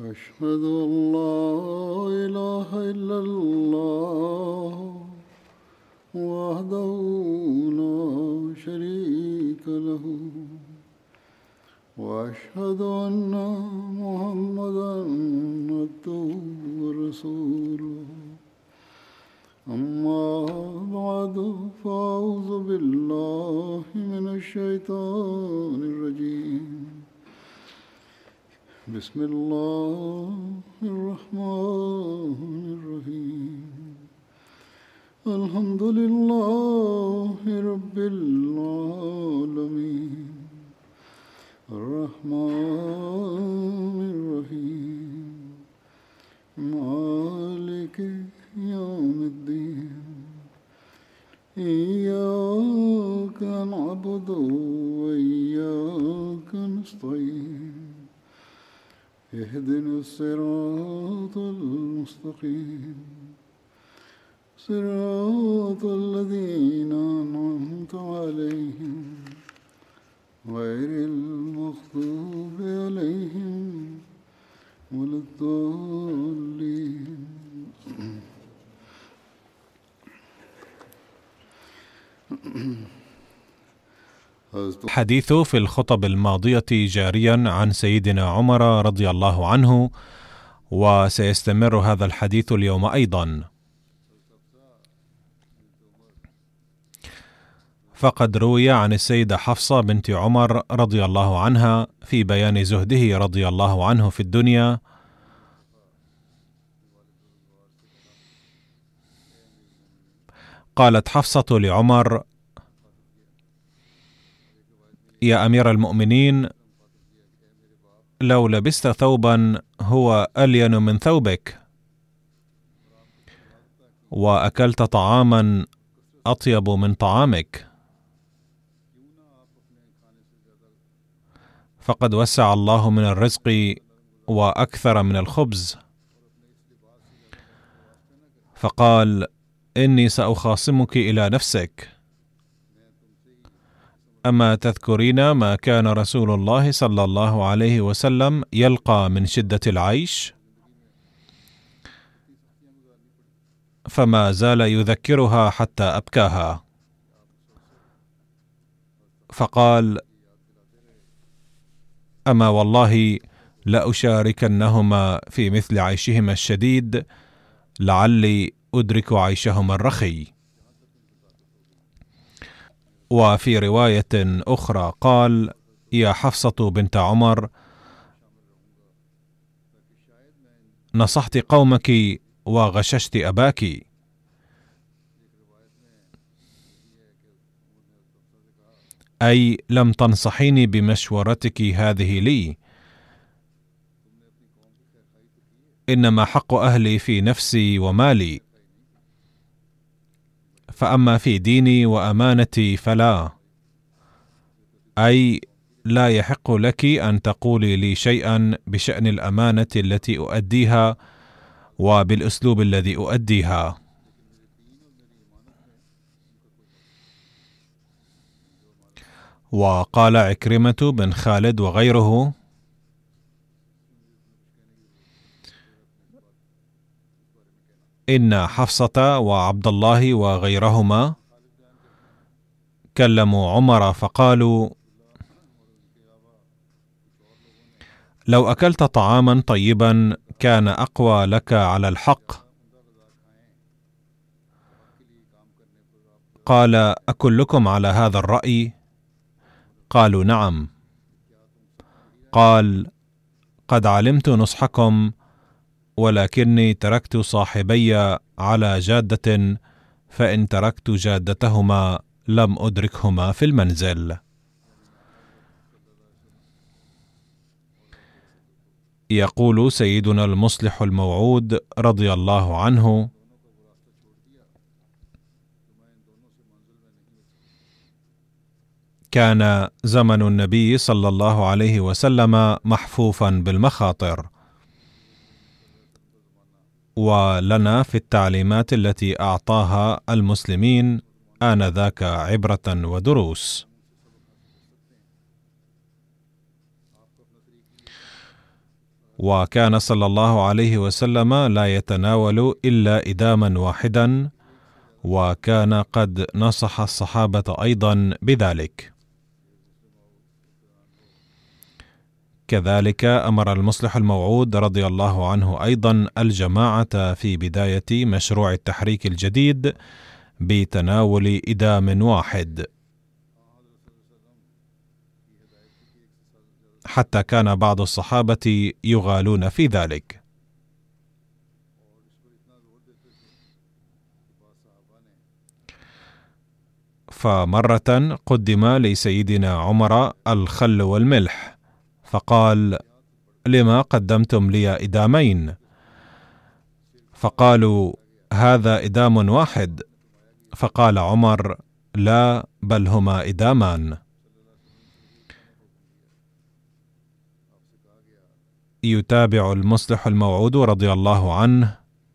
أشهد أن لا إله إلا الله وحده لا شريك له وأشهد أن محمدا عبده ورسوله أما بعد فأعوذ بالله من الشيطان الرجيم بسم الله الرحمن الرحيم الحمد لله رب العالمين الرحمن الرحيم مالك يوم الدين إياك نعبد وإياك نستعين اهدنا الصراط المستقيم صراط الذين أنعمت عليهم غير المغضوب عليهم ولا الضالين. الحديث في الخطب الماضية جاريا عن سيدنا عمر رضي الله عنه، وسيستمر هذا الحديث اليوم أيضا. فقد روي عن السيدة حفصة بنت عمر رضي الله عنها في بيان زهده رضي الله عنه في الدنيا قالت حفصة لعمر: يا أمير المؤمنين، لو لبست ثوبا هو ألين من ثوبك، وأكلت طعاما أطيب من طعامك، فقد وسع الله من الرزق وأكثر من الخبز. فقال: إني سأخاصمك إلى نفسك، أما تذكرين ما كان رسول الله صلى الله عليه وسلم يلقى من شدة العيش؟ فما زال يذكرها حتى أبكاها. فقال: أما والله لأشاركنهما في مثل عيشهما الشديد لعلي أدرك عيشهما الرخي. وفي رواية أخرى قال: يا حفصة بنت عمر، نصحت قومك وغششت أباك. أي لم تنصحيني بمشورتك هذه لي، إنما حق أهلي في نفسي ومالي، فأما في ديني وأمانتي فلا. أي لا يحق لك أن تقولي لي شيئا بشأن الأمانة التي أؤديها وبالأسلوب الذي أؤديها. وقال عكرمة بن خالد وغيره: إن حفصة وعبد الله وغيرهما كلموا عمر فقالوا: لو أكلت طعاما طيبا كان أقوى لك على الحق. قال: أكلكم على هذا الرأي؟ قالوا: نعم. قال: قد علمت نصحكم، ولكني تركت صاحبي على جادة، فإن تركت جادتهما لم أدركهما في المنزل. يقول سيدنا المصلح الموعود رضي الله عنه: كان زمن النبي صلى الله عليه وسلم محفوفا بالمخاطر، ولنا في التعليمات التي أعطاها المسلمين آنذاك عبرة ودروس. وكان صلى الله عليه وسلم لا يتناول إلا إداما واحدا، وكان قد نصح الصحابة أيضا بذلك. كذلك أمر المصلح الموعود رضي الله عنه أيضا الجماعة في بداية مشروع التحريك الجديد بتناول إدام واحد، حتى كان بعض الصحابة يغالون في ذلك. فمرة قدم لسيدنا عمر الخل والملح، فقال: لما قدمتم لي إدامين؟ فقالوا: هذا إدام واحد. فقال عمر: لا، بل هما إدامان. يتابع المصلح الموعود رضي الله عنه: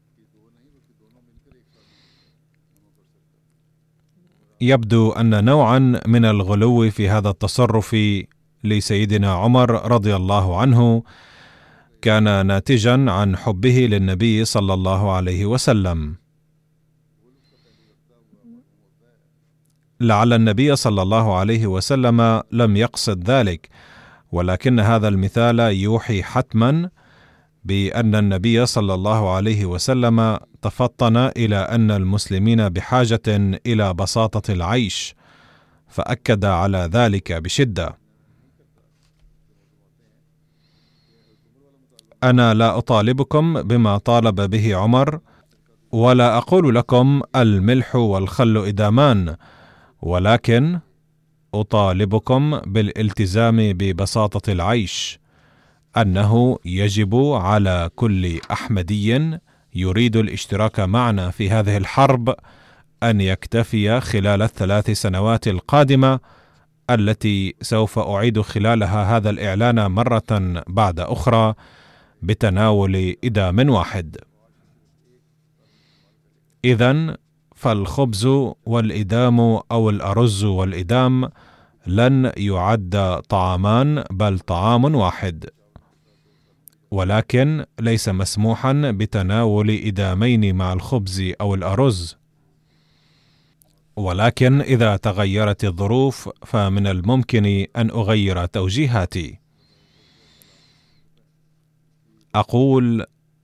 يبدو أن نوعا من الغلو في هذا التصرف لسيدنا عمر رضي الله عنه كان ناتجا عن حبه للنبي صلى الله عليه وسلم. لعل النبي صلى الله عليه وسلم لم يقصد ذلك، ولكن هذا المثال يوحي حتما بأن النبي صلى الله عليه وسلم تفطن إلى أن المسلمين بحاجة إلى بساطة العيش، فأكد على ذلك بشدة. أنا لا أطالبكم بما طالب به عمر، ولا أقول لكم الملح والخل إدامان، ولكن أطالبكم بالالتزام ببساطة العيش، أنه يجب على كل أحمدي يريد الاشتراك معنا في هذه الحرب أن يكتفي خلال ال3 سنوات القادمة التي سوف أعيد خلالها هذا الإعلان مرة بعد أخرى بتناول إدام واحد. إذن فالخبز والإدام أو الأرز والإدام لن يعد طعامان، بل طعام واحد، ولكن ليس مسموحا بتناول إدامين مع الخبز أو الأرز. ولكن إذا تغيرت الظروف فمن الممكن أن أغير توجيهاتي. أقول: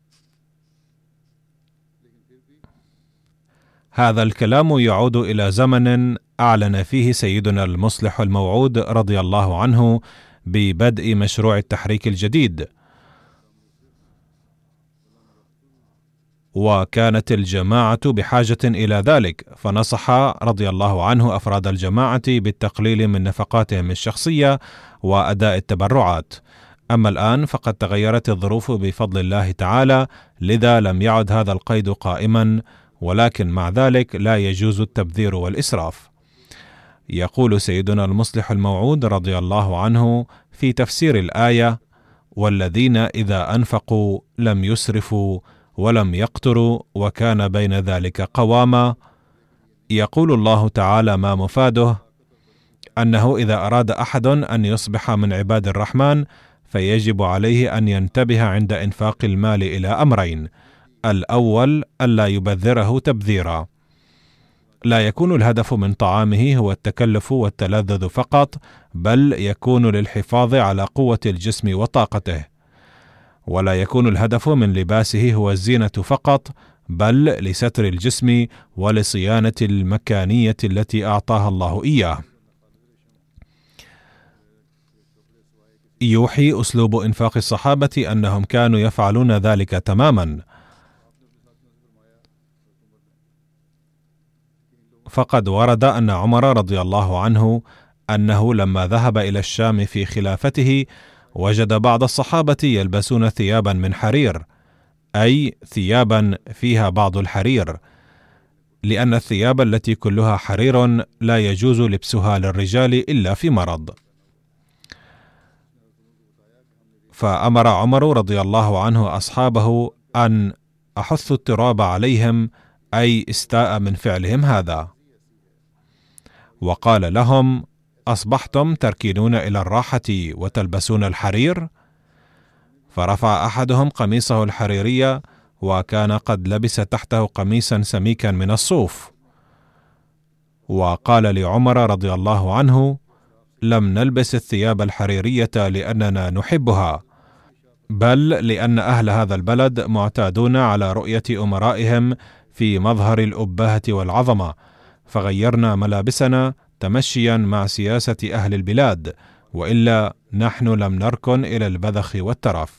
هذا الكلام يعود إلى زمن أعلن فيه سيدنا المصلح الموعود رضي الله عنه ببدء مشروع التحريك الجديد، وكانت الجماعة بحاجة إلى ذلك، فنصح رضي الله عنه أفراد الجماعة بالتقليل من نفقاتهم الشخصية وأداء التبرعات. أما الآن فقد تغيرت الظروف بفضل الله تعالى، لذا لم يعد هذا القيد قائما، ولكن مع ذلك لا يجوز التبذير والإسراف. يقول سيدنا المصلح الموعود رضي الله عنه في تفسير الآية: والذين إذا أنفقوا لم يسرفوا ولم يقتروا وكان بين ذلك قواما. يقول الله تعالى ما مفاده أنه إذا أراد أحد أن يصبح من عباد الرحمن فيجب عليه أن ينتبه عند إنفاق المال إلى أمرين: الأول ألا يبذره تبذيرا، لا يكون الهدف من طعامه هو التكلف والتلذذ فقط، بل يكون للحفاظ على قوة الجسم وطاقته، ولا يكون الهدف من لباسه هو الزينة فقط، بل لستر الجسم ولصيانة المكانية التي أعطاها الله إياه. يوحي أسلوب إنفاق الصحابة أنهم كانوا يفعلون ذلك تماما، فقد ورد أن عمر رضي الله عنه أنه لما ذهب إلى الشام في خلافته وجد بعض الصحابة يلبسون ثيابا من حرير، أي ثيابا فيها بعض الحرير، لأن الثياب التي كلها حرير لا يجوز لبسها للرجال إلا في مرض. فأمر عمر رضي الله عنه أصحابه أن أحثوا التراب عليهم، أي استاء من فعلهم هذا، وقال لهم: أصبحتم تركنون إلى الراحة وتلبسون الحرير؟ فرفع أحدهم قميصه الحريري، وكان قد لبس تحته قميصا سميكا من الصوف، وقال لعمر رضي الله عنه: لم نلبس الثياب الحريرية لأننا نحبها، بل لأن أهل هذا البلد معتادون على رؤية أمرائهم في مظهر الأبهة والعظمة، فغيرنا ملابسنا تمشيا مع سياسة أهل البلاد، وإلا نحن لم نركن إلى البذخ والترف.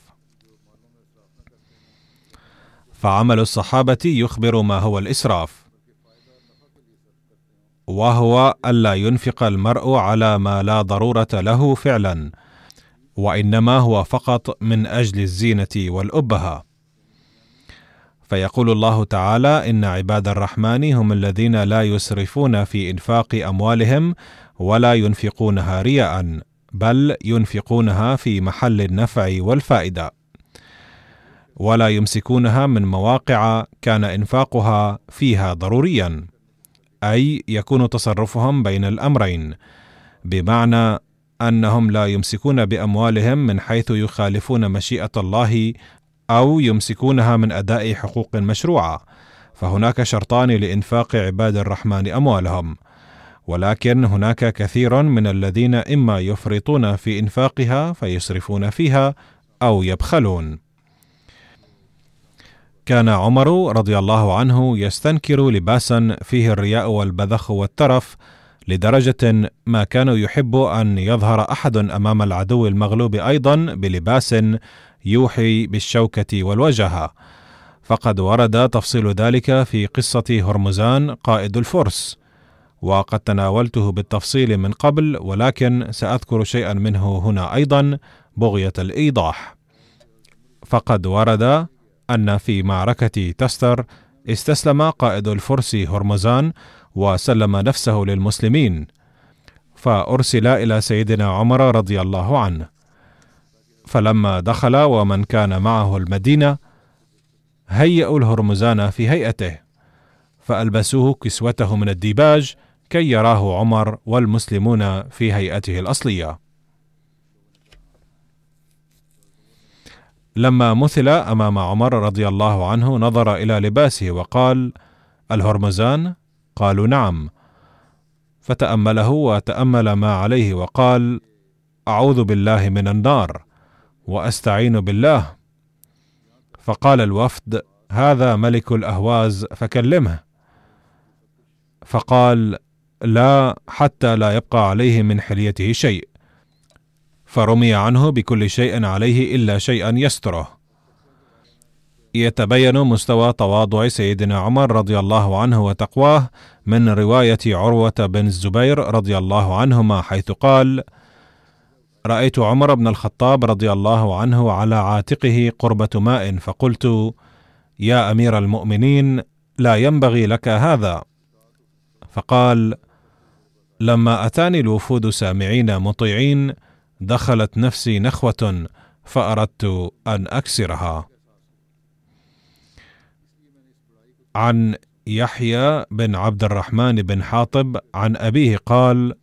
فعمل الصحابة يخبر ما هو الإسراف، وهو ألا ينفق المرء على ما لا ضرورة له فعلا، وإنما هو فقط من أجل الزينة والأبهة. فيقول الله تعالى: إن عباد الرحمن هم الذين لا يسرفون في إنفاق أموالهم ولا ينفقونها رياء، بل ينفقونها في محل النفع والفائدة، ولا يمسكونها من مواقع كان إنفاقها فيها ضروريا، أي يكون تصرفهم بين الأمرين، بمعنى أنهم لا يمسكون بأموالهم من حيث يخالفون مشيئة الله أو يمسكونها من أداء حقوق مشروعة، فهناك شرطان لإنفاق عباد الرحمن أموالهم، ولكن هناك كثير من الذين إما يفرطون في إنفاقها فيسرفون فيها أو يبخلون. كان عمر رضي الله عنه يستنكر لباسا فيه الرياء والبذخ والترف، لدرجة ما كان يحب أن يظهر أحد أمام العدو المغلوب أيضا بلباس يوحي بالشوكة والوجاهة، فقد ورد تفصيل ذلك في قصة هرمزان قائد الفرس، وقد تناولته بالتفصيل من قبل، ولكن سأذكر شيئا منه هنا أيضا بغية الإيضاح. فقد ورد أن في معركة تستر استسلم قائد الفرس هرمزان وسلم نفسه للمسلمين، فأرسل إلى سيدنا عمر رضي الله عنه، فلما دخل ومن كان معه المدينة هيئوا الهرمزان في هيئته، فألبسوه كسوته من الديباج كي يراه عمر والمسلمون في هيئته الأصلية. لما مثل أمام عمر رضي الله عنه نظر إلى لباسه وقال: الهرمزان؟ قالوا: نعم. فتأمله وتأمل ما عليه وقال: أعوذ بالله من النار وأستعين بالله. فقال الوفد: هذا ملك الأهواز فكلمه. فقال: لا، حتى لا يبقى عليه من حليته شيء. فرمي عنه بكل شيء عليه إلا شيئا يستره. يتبين مستوى تواضع سيدنا عمر رضي الله عنه وتقواه من رواية عروة بن الزبير رضي الله عنهما، حيث قال: رأيت عمر بن الخطاب رضي الله عنه على عاتقه قربة ماء، فقلت: يا أمير المؤمنين، لا ينبغي لك هذا. فقال: لما أتاني الوفود سامعين مطيعين دخلت نفسي نخوة فأردت أن أكسرها. عن يحيى بن عبد الرحمن بن حاطب عن أبيه قال: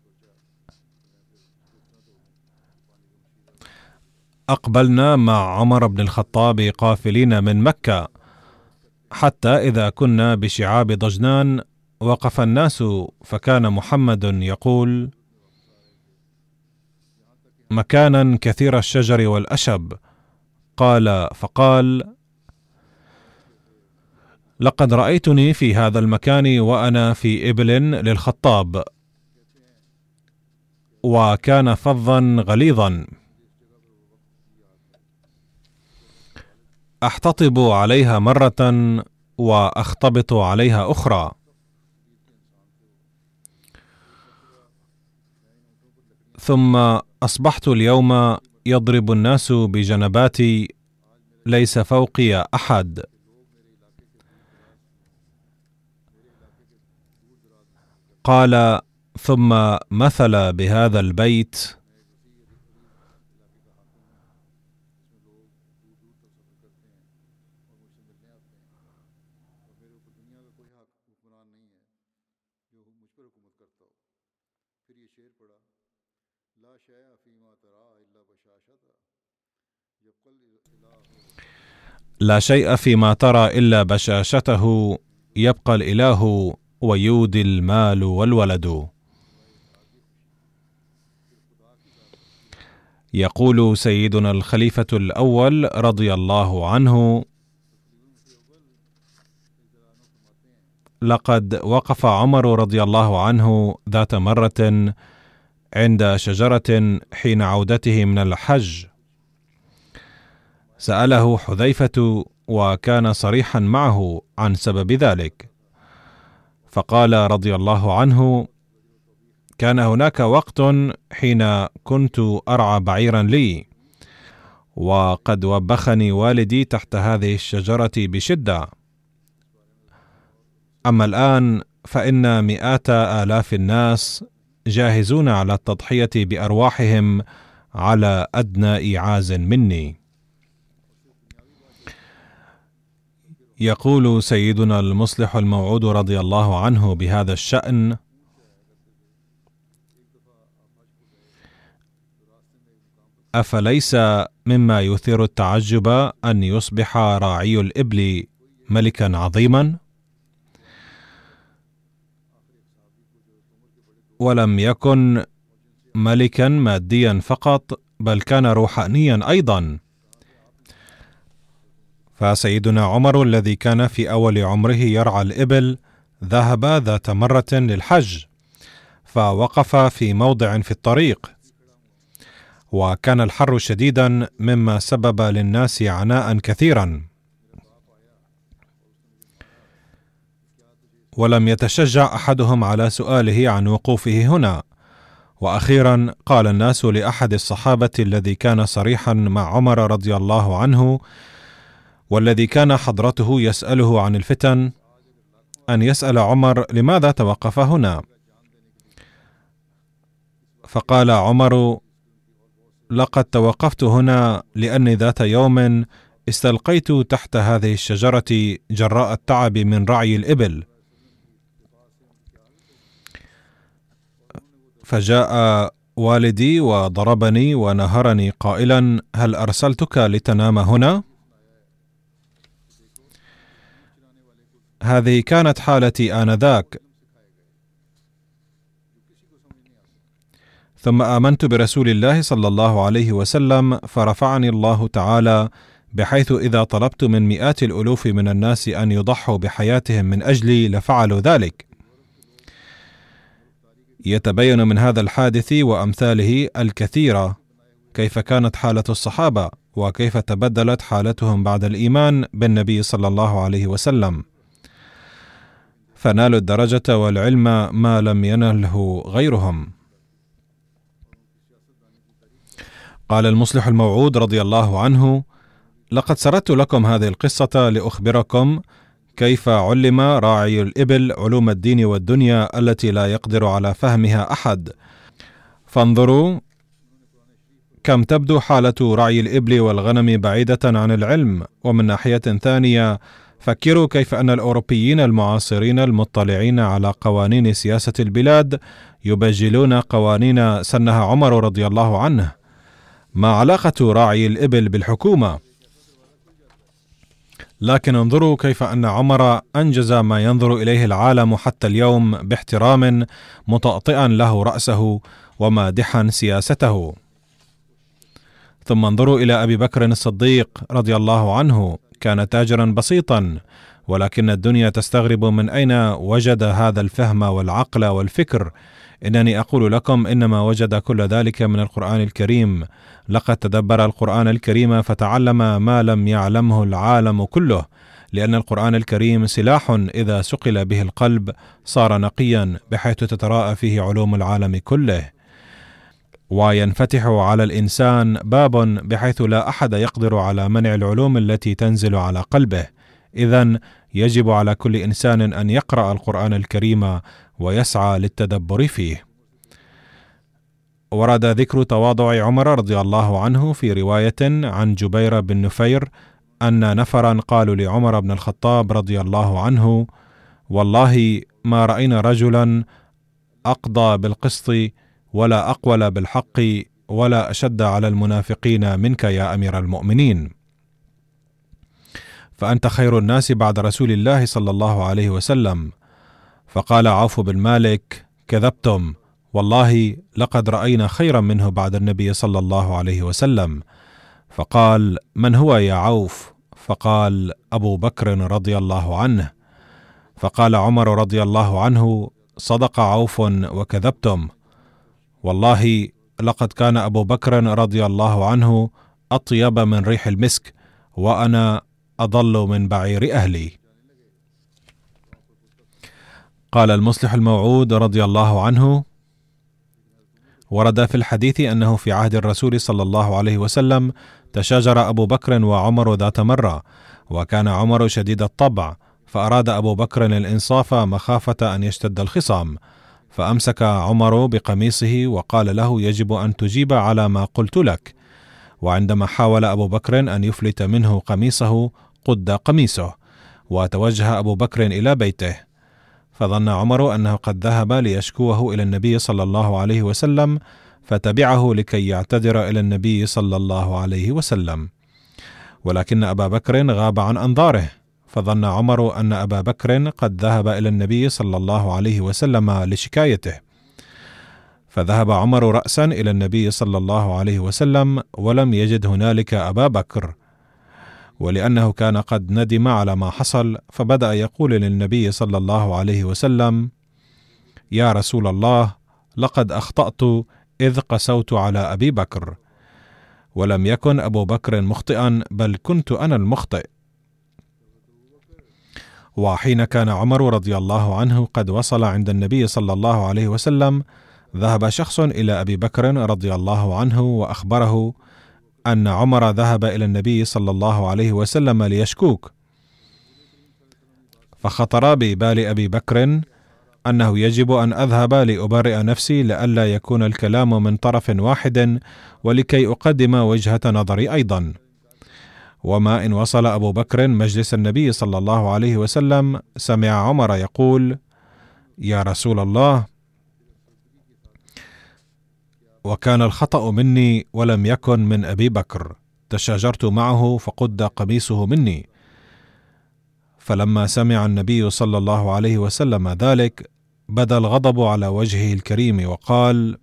أقبلنا مع عمر بن الخطاب قافلين من مكة، حتى إذا كنا بشعاب ضجنان وقف الناس، فكان محمد يقول: مكانا كثير الشجر والأشب. فقال: لقد رأيتني في هذا المكان وأنا في إبل للخطاب، وكان فظا غليظا، أحتطب عليها مرة وأختبط عليها أخرى، ثم أصبحت اليوم يضرب الناس بجنباتي ليس فوقي أحد. قال: ثم مثل بهذا البيت: لا شيء فيما ترى إلا بشاشة لا شيء فيما ترى إلا بشاشته، يبقى الإله ويودي المال والولد. يقول سيدنا الخليفة الأول رضي الله عنه: لقد وقف عمر رضي الله عنه ذات مرة عند شجرة حين عودته من الحج، سأله حذيفة وكان صريحا معه عن سبب ذلك، فقال رضي الله عنه: كان هناك وقت حين كنت أرعى بعيرا لي، وقد وبخني والدي تحت هذه الشجرة بشدة، أما الآن فإن مئات آلاف الناس جاهزون على التضحية بأرواحهم على أدنى إيعاز مني. يقول سيدنا المصلح الموعود رضي الله عنه بهذا الشأن: أفليس مما يثير التعجب أن يصبح راعي الإبل ملكا عظيما؟ ولم يكن ملكا ماديا فقط، بل كان روحانيا أيضا. فسيدنا عمر الذي كان في أول عمره يرعى الإبل ذهب ذات مرة للحج، فوقف في موضع في الطريق، وكان الحر شديدا مما سبب للناس عناء كثيرا، ولم يتشجع أحدهم على سؤاله عن وقوفه هنا. وأخيرا قال الناس لأحد الصحابة الذي كان صريحا مع عمر رضي الله عنه والذي كان حضرته يسأله عن الفتن أن يسأل عمر لماذا توقف هنا، فقال عمر: لقد توقفت هنا لأني ذات يوم استلقيت تحت هذه الشجرة جراء التعب من رعي الإبل، فجاء والدي وضربني ونهرني قائلا: هل أرسلتك لتنام هنا؟ هذه كانت حالتي آنذاك، ثم آمنت برسول الله صلى الله عليه وسلم، فرفعني الله تعالى، بحيث إذا طلبت من مئات الألوف من الناس أن يضحوا بحياتهم من أجلي لفعلوا ذلك. يتبين من هذا الحادث وأمثاله الكثيرة كيف كانت حالة الصحابة، وكيف تبدلت حالتهم بعد الإيمان بالنبي صلى الله عليه وسلم، فنالوا الدرجة والعلم ما لم ينله غيرهم. قال المصلح الموعود رضي الله عنه: لقد سردت لكم هذه القصة لأخبركم كيف علم راعي الإبل علوم الدين والدنيا التي لا يقدر على فهمها أحد، فانظروا كم تبدو حالة رعي الإبل والغنم بعيدة عن العلم. ومن ناحية ثانية فكروا كيف أن الأوروبيين المعاصرين المطلعين على قوانين سياسة البلاد يبجلون قوانين سنها عمر رضي الله عنه. ما علاقة راعي الإبل بالحكومة؟ لكن انظروا كيف أن عمر أنجز ما ينظر إليه العالم حتى اليوم باحترام، مطأطئا له رأسه ومادحا سياسته. ثم انظروا إلى أبي بكر الصديق رضي الله عنه، كان تاجرا بسيطا، ولكن الدنيا تستغرب من أين وجد هذا الفهم والعقل والفكر. إنني أقول لكم إنما وجد كل ذلك من القرآن الكريم. لقد تدبر القرآن الكريم فتعلم ما لم يعلمه العالم كله، لأن القرآن الكريم سلاح إذا سقل به القلب صار نقيا، بحيث تتراءى فيه علوم العالم كله، وينفتح على الإنسان باب بحيث لا أحد يقدر على منع العلوم التي تنزل على قلبه. إذن يجب على كل إنسان أن يقرأ القرآن الكريم ويسعى للتدبر فيه. ورد ذكر تواضع عمر رضي الله عنه في رواية عن جبير بن نفير أن نفرا قالوا لعمر بن الخطاب رضي الله عنه: والله ما رأينا رجلا أقضى بالقسط ولا أقول بالحق ولا أشد على المنافقين منك يا أمير المؤمنين، فأنت خير الناس بعد رسول الله صلى الله عليه وسلم. فقال عوف بن مالك: كذبتم، والله لقد رأينا خيرا منه بعد النبي صلى الله عليه وسلم. فقال: من هو يا عوف؟ فقال: أبو بكر رضي الله عنه. فقال عمر رضي الله عنه: صدق عوف وكذبتم، والله لقد كان أبو بكر رضي الله عنه أطيب من ريح المسك، وأنا أضل من بعير أهلي. قال المصلح الموعود رضي الله عنه: ورد في الحديث أنه في عهد الرسول صلى الله عليه وسلم تشاجر أبو بكر وعمر ذات مرة، وكان عمر شديد الطبع، فأراد أبو بكر الإنصاف مخافة أن يشتد الخصام، فأمسك عمر بقميصه وقال له: يجب أن تجيب على ما قلت لك. وعندما حاول أبو بكر أن يفلت منه قميصه قد قميصه، وتوجه أبو بكر إلى بيته، فظن عمر أنه قد ذهب ليشكوه إلى النبي صلى الله عليه وسلم، فتبعه لكي يعتذر إلى النبي صلى الله عليه وسلم، ولكن أبا بكر غاب عن أنظاره، فظن عمر أن أبا بكر قد ذهب إلى النبي صلى الله عليه وسلم لشكايته، فذهب عمر رأسا إلى النبي صلى الله عليه وسلم ولم يجد هنالك أبا بكر، ولأنه كان قد ندم على ما حصل، فبدأ يقول للنبي صلى الله عليه وسلم: يا رسول الله، لقد أخطأت إذ قسوت على أبي بكر، ولم يكن أبو بكر مخطئا، بل كنت أنا المخطئ. وحين كان عمر رضي الله عنه قد وصل عند النبي صلى الله عليه وسلم، ذهب شخص إلى أبي بكر رضي الله عنه وأخبره أن عمر ذهب إلى النبي صلى الله عليه وسلم ليشكوك، فخطر ببال أبي بكر أنه يجب أن أذهب لأبرئ نفسي لئلا يكون الكلام من طرف واحد، ولكي أقدم وجهة نظري أيضا. وما إن وصل أبو بكر مجلس النبي صلى الله عليه وسلم سمع عمر يقول: يا رسول الله، وكان الخطأ مني ولم يكن من أبي بكر، تشاجرت معه فقد قميصه مني. فلما سمع النبي صلى الله عليه وسلم ذلك بدا الغضب على وجهه الكريم وقال: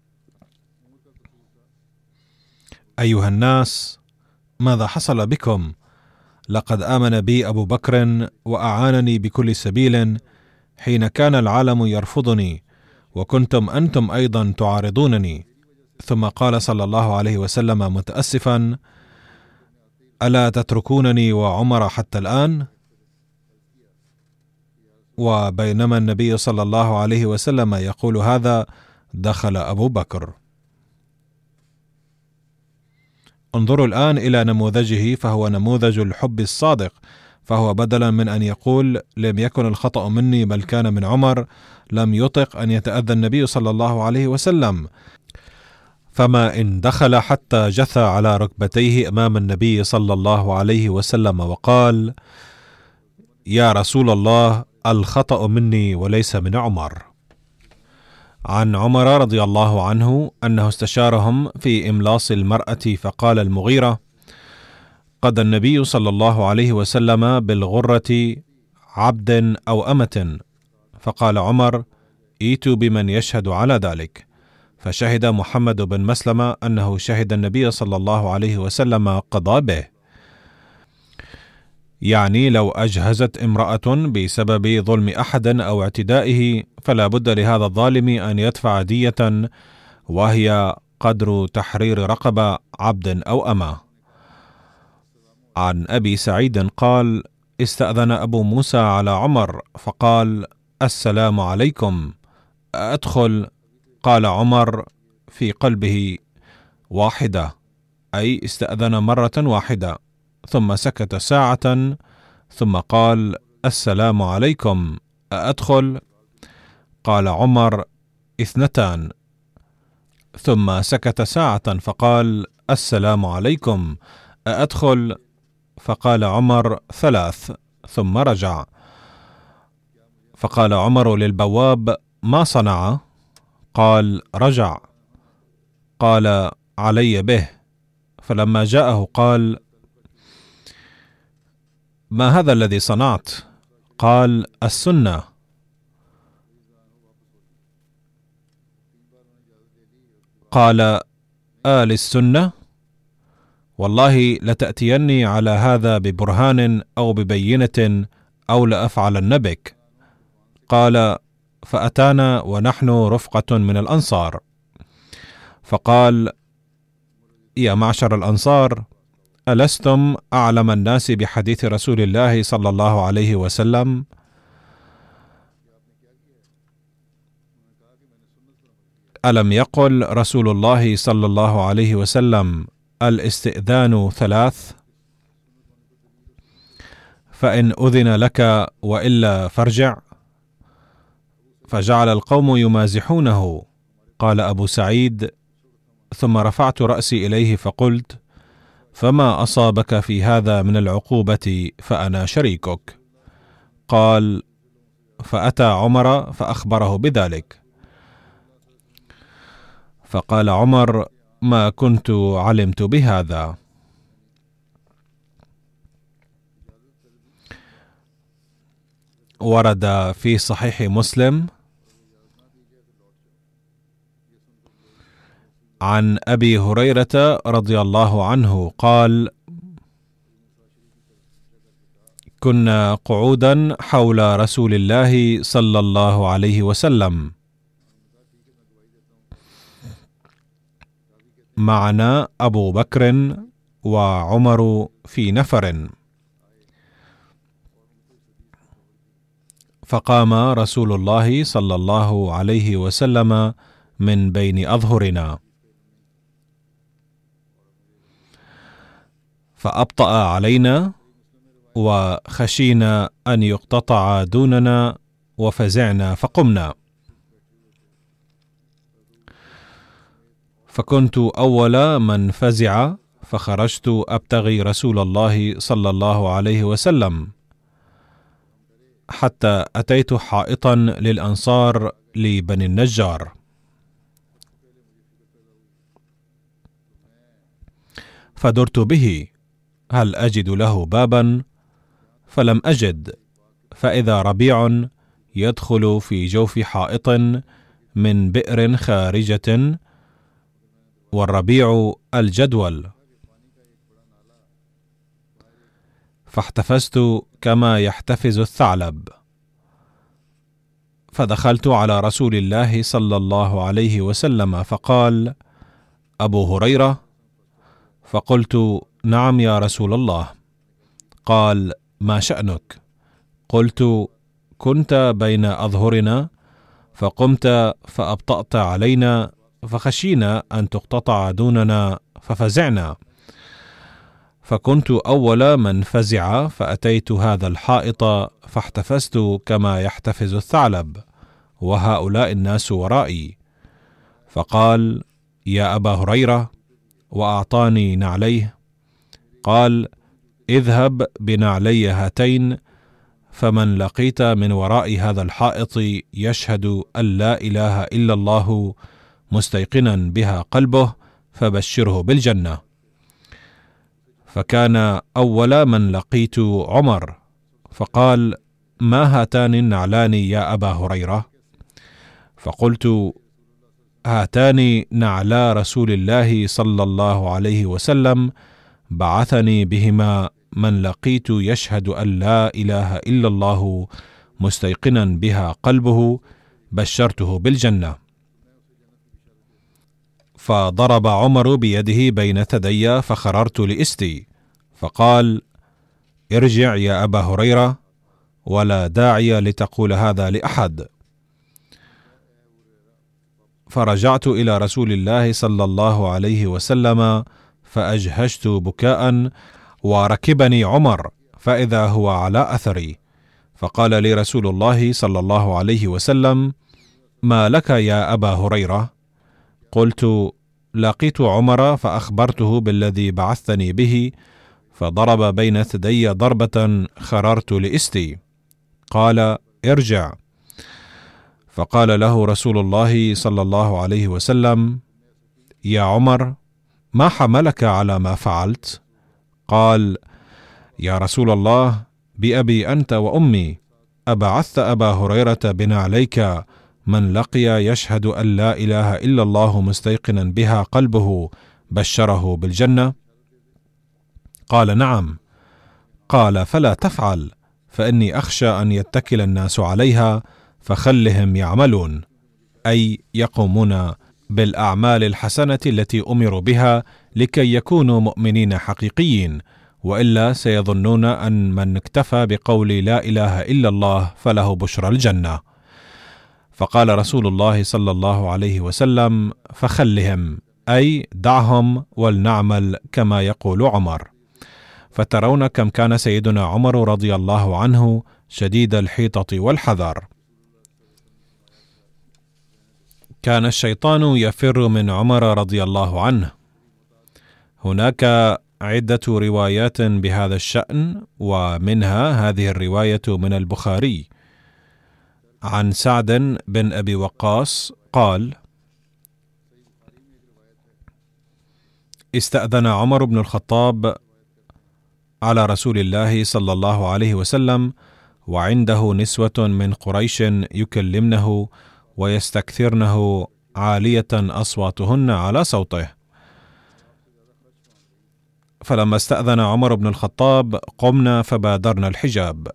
أيها الناس، ماذا حصل بكم؟ لقد آمن بي أبو بكر وأعانني بكل سبيل حين كان العالم يرفضني، وكنتم أنتم أيضا تعارضونني. ثم قال صلى الله عليه وسلم متأسفا: ألا تتركونني وعمر حتى الآن؟ وبينما النبي صلى الله عليه وسلم يقول هذا دخل أبو بكر. انظروا الآن إلى نموذجه، فهو نموذج الحب الصادق، فهو بدلا من أن يقول لم يكن الخطأ مني بل كان من عمر، لم يطق أن يتأذى النبي صلى الله عليه وسلم، فما إن دخل حتى جثى على ركبتيه أمام النبي صلى الله عليه وسلم وقال: يا رسول الله، الخطأ مني وليس من عمر. عن عمر رضي الله عنه أنه استشارهم في إملاص المرأة، فقال المغيرة: قضى النبي صلى الله عليه وسلم بالغرة عبد أو أمة، فقال عمر: ائتوا بمن يشهد على ذلك، فشهد محمد بن مسلمة أنه شهد النبي صلى الله عليه وسلم قضى به. يعني لو أجهزت امرأة بسبب ظلم أحد أو اعتدائه، فلا بد لهذا الظالم أن يدفع دية وهي قدر تحرير رقبة عبد أو أمة. عن أبي سعيد قال: استأذن أبو موسى على عمر فقال: السلام عليكم، أدخل؟ قال عمر في قلبه: واحدة، أي استأذن مرة واحدة، ثم سكت ساعة ثم قال: السلام عليكم، أدخل؟ قال عمر: اثنتان، ثم سكت ساعة فقال: السلام عليكم، أدخل؟ فقال عمر: ثلاث، ثم رجع. فقال عمر للبواب: ما صنع؟ قال: رجع. قال: علي به. فلما جاءه قال: ما هذا الذي صنعت؟ قال: السنة. قال: السنة؟ والله لتأتيني على هذا ببرهان أو ببينة أو لأفعلن بك. قال: فأتانا ونحن رفقة من الأنصار، فقال: يا معشر الأنصار، ألستم أعلم الناس بحديث رسول الله صلى الله عليه وسلم؟ ألم يقل رسول الله صلى الله عليه وسلم: الاستئذان 3، فإن أذن لك وإلا فارجع؟ فجعل القوم يمازحونه. قال أبو سعيد: ثم رفعت رأسي إليه فقلت: فما أصابك في هذا من العقوبة فأنا شريكك. قال: فأتى عمر فأخبره بذلك. فقال عمر: ما كنت علمت بهذا. ورد في صحيح مسلم عن أبي هريرة رضي الله عنه قال: كنا قعودا حول رسول الله صلى الله عليه وسلم، معنا أبو بكر وعمر في نفر، فقام رسول الله صلى الله عليه وسلم من بين أظهرنا، فأبطأ علينا وخشينا أن يقتطع دوننا وفزعنا فقمنا، فكنت أول من فزع، فخرجت أبتغي رسول الله صلى الله عليه وسلم حتى أتيت حائطا للأنصار لبني النجار، فدرت به هل أجد له بابا، فلم أجد، فإذا ربيع يدخل في جوف حائط من بئر خارجة، والربيع الجدول، فاحتفزت كما يحتفز الثعلب، فدخلت على رسول الله صلى الله عليه وسلم فقال: أبو هريرة؟ فقلت: نعم يا رسول الله. قال: ما شأنك؟ قلت: كنت بين أظهرنا فقمت فأبطأت علينا فخشينا أن تقتطع دوننا ففزعنا، فكنت أول من فزع، فأتيت هذا الحائط فاحتفزت كما يحتفز الثعلب، وهؤلاء الناس ورائي. فقال: يا أبا هريرة، وأعطاني نعليه. قال: اذهب بنعلي هاتين، فمن لقيت من وراء هذا الحائط يشهد أن لا إله إلا الله مستيقنا بها قلبه فبشره بالجنة. فكان أول من لقيت عمر، فقال: ما هاتان النعلان يا أبا هريرة؟ فقلت: هاتان نعلا رسول الله صلى الله عليه وسلم، بعثني بهما من لقيت يشهد أن لا إله إلا الله مستيقنا بها قلبه بشرته بالجنة. فضرب عمر بيده بين ثدي فخررت لإستي، فقال: ارجع يا أبا هريرة، ولا داعي لتقول هذا لأحد. فرجعت إلى رسول الله صلى الله عليه وسلم فأجهشت بكاء، وركبني عمر فإذا هو على أثري، فقال لي رسول الله صلى الله عليه وسلم: ما لك يا أبا هريرة؟ قلت: لقيت عمر فأخبرته بالذي بعثتني به، فضرب بين ثدي ضربة خررت لإستي. قال: ارجع. فقال له رسول الله صلى الله عليه وسلم: يا عمر، ما حملك على ما فعلت؟ قال: يا رسول الله، بأبي أنت وأمي، أبعثت أبا هريرة بنا عليك من لقي يشهد أن لا إله إلا الله مستيقنا بها قلبه بشره بالجنة؟ قال: نعم. قال: فلا تفعل، فإني أخشى أن يتكل الناس عليها فخلهم يعملون، أي يقومون بالأعمال الحسنة التي أمروا بها لكي يكونوا مؤمنين حقيقيين، وإلا سيظنون أن من اكتفى بقول لا إله إلا الله فله بشرى الجنة. فقال رسول الله صلى الله عليه وسلم: فخلهم، أي دعهم ولنعمل كما يقول عمر. فترون كم كان سيدنا عمر رضي الله عنه شديد الحيطة والحذر. كان الشيطان يفر من عمر رضي الله عنه. هناك عدة روايات بهذا الشأن، ومنها هذه الرواية من البخاري عن سعد بن أبي وقاص قال: استأذن عمر بن الخطاب على رسول الله صلى الله عليه وسلم، وعنده نسوة من قريش يكلمنه ويستكثرنه عالية أصواتهن على صوته. فلما استأذن عمر بن الخطاب قمنا فبادرنا الحجاب،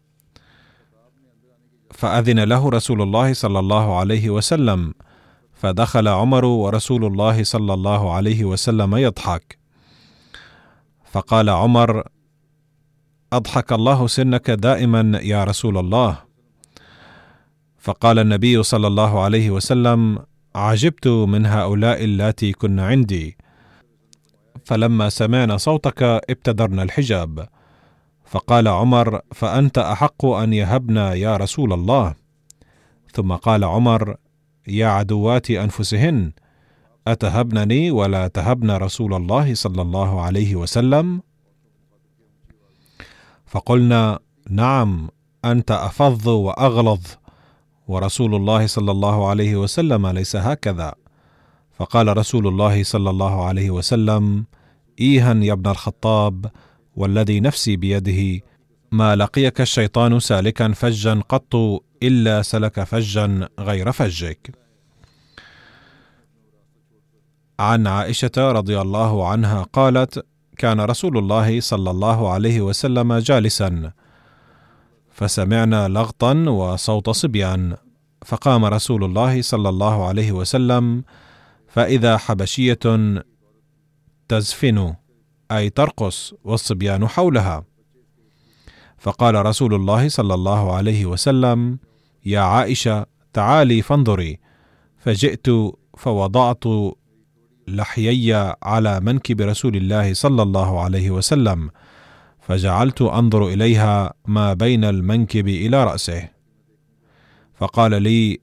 فأذن له رسول الله صلى الله عليه وسلم، فدخل عمر ورسول الله صلى الله عليه وسلم يضحك، فقال عمر: أضحك الله سنك دائما يا رسول الله. فقال النبي صلى الله عليه وسلم: عجبت من هؤلاء اللاتي كن عندي، فلما سمعنا صوتك ابتدرنا الحجاب. فقال عمر: فأنت أحق أن يهبنا يا رسول الله. ثم قال عمر: يا عدوات أنفسهن، أتهبنني ولا تهبن رسول الله صلى الله عليه وسلم؟ فقلنا: نعم، أنت أفظ وأغلظ، ورسول الله صلى الله عليه وسلم ليس هكذا. فقال رسول الله صلى الله عليه وسلم: إيها يا ابن الخطاب، والذي نفسي بيده، ما لقيك الشيطان سالكا فجا قط إلا سلك فجا غير فجك. عن عائشة رضي الله عنها قالت: كان رسول الله صلى الله عليه وسلم جالسا، فسمعنا لغطا وصوت صبيان، فقام رسول الله صلى الله عليه وسلم، فإذا حبشية تزفن، أي ترقص، والصبيان حولها. فقال رسول الله صلى الله عليه وسلم: يا عائشة، تعالي فانظري. فجئت فوضعت لحيي على منكب رسول الله صلى الله عليه وسلم، فجعلت أنظر إليها ما بين المنكب إلى رأسه. فقال لي: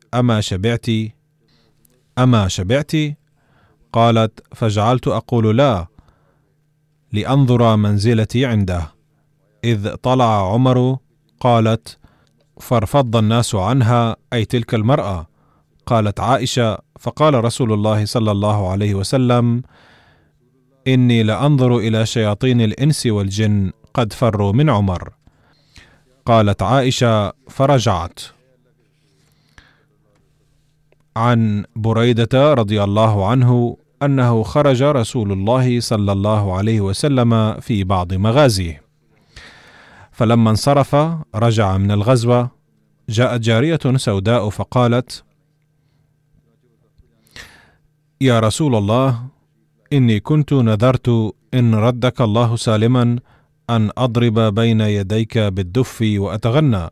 أما شبعت؟ قالت: فجعلت أقول لا، لأنظر منزلتي عنده. إذ طلع عمر، قالت: فارفض الناس عنها، أي تلك المرأة. قالت عائشة: فقال رسول الله صلى الله عليه وسلم: إني لأنظر إلى شياطين الإنس والجن قد فروا من عمر. قالت عائشة: فرجعت. عن بريدة رضي الله عنه أنه خرج رسول الله صلى الله عليه وسلم في بعض مغازيه، فلما انصرف رجع من الغزوة، جاءت جارية سوداء فقالت: يا رسول الله، إني كنت نذرت إن ردك الله سالما أن أضرب بين يديك بالدف وأتغنى.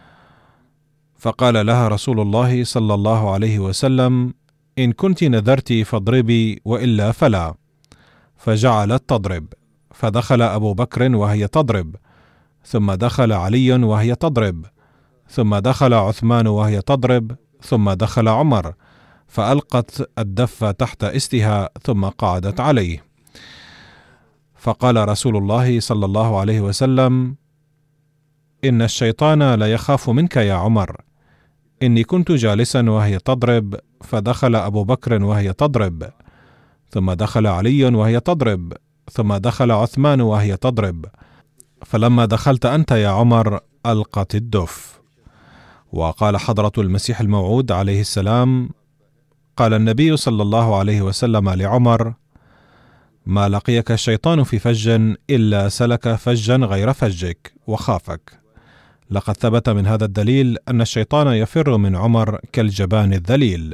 فقال لها رسول الله صلى الله عليه وسلم: إن كنت نذرت فاضربي، وإلا فلا. فجعلت تضرب، فدخل أبو بكر وهي تضرب، ثم دخل علي وهي تضرب، ثم دخل عثمان وهي تضرب، ثم دخل عمر، فألقت الدف تحت إستها ثم قعدت عليه. فقال رسول الله صلى الله عليه وسلم: إن الشيطان لا يخاف منك يا عمر. إني كنت جالسا وهي تضرب، فدخل أبو بكر وهي تضرب، ثم دخل علي وهي تضرب، ثم دخل عثمان وهي تضرب، فلما دخلت أنت يا عمر ألقت الدف. وقال حضرة المسيح الموعود عليه السلام: قال النبي صلى الله عليه وسلم لعمر: ما لقيك الشيطان في فج إلا سلك فجا غير فجك وخافك. لقد ثبت من هذا الدليل أن الشيطان يفر من عمر كالجبان الذليل.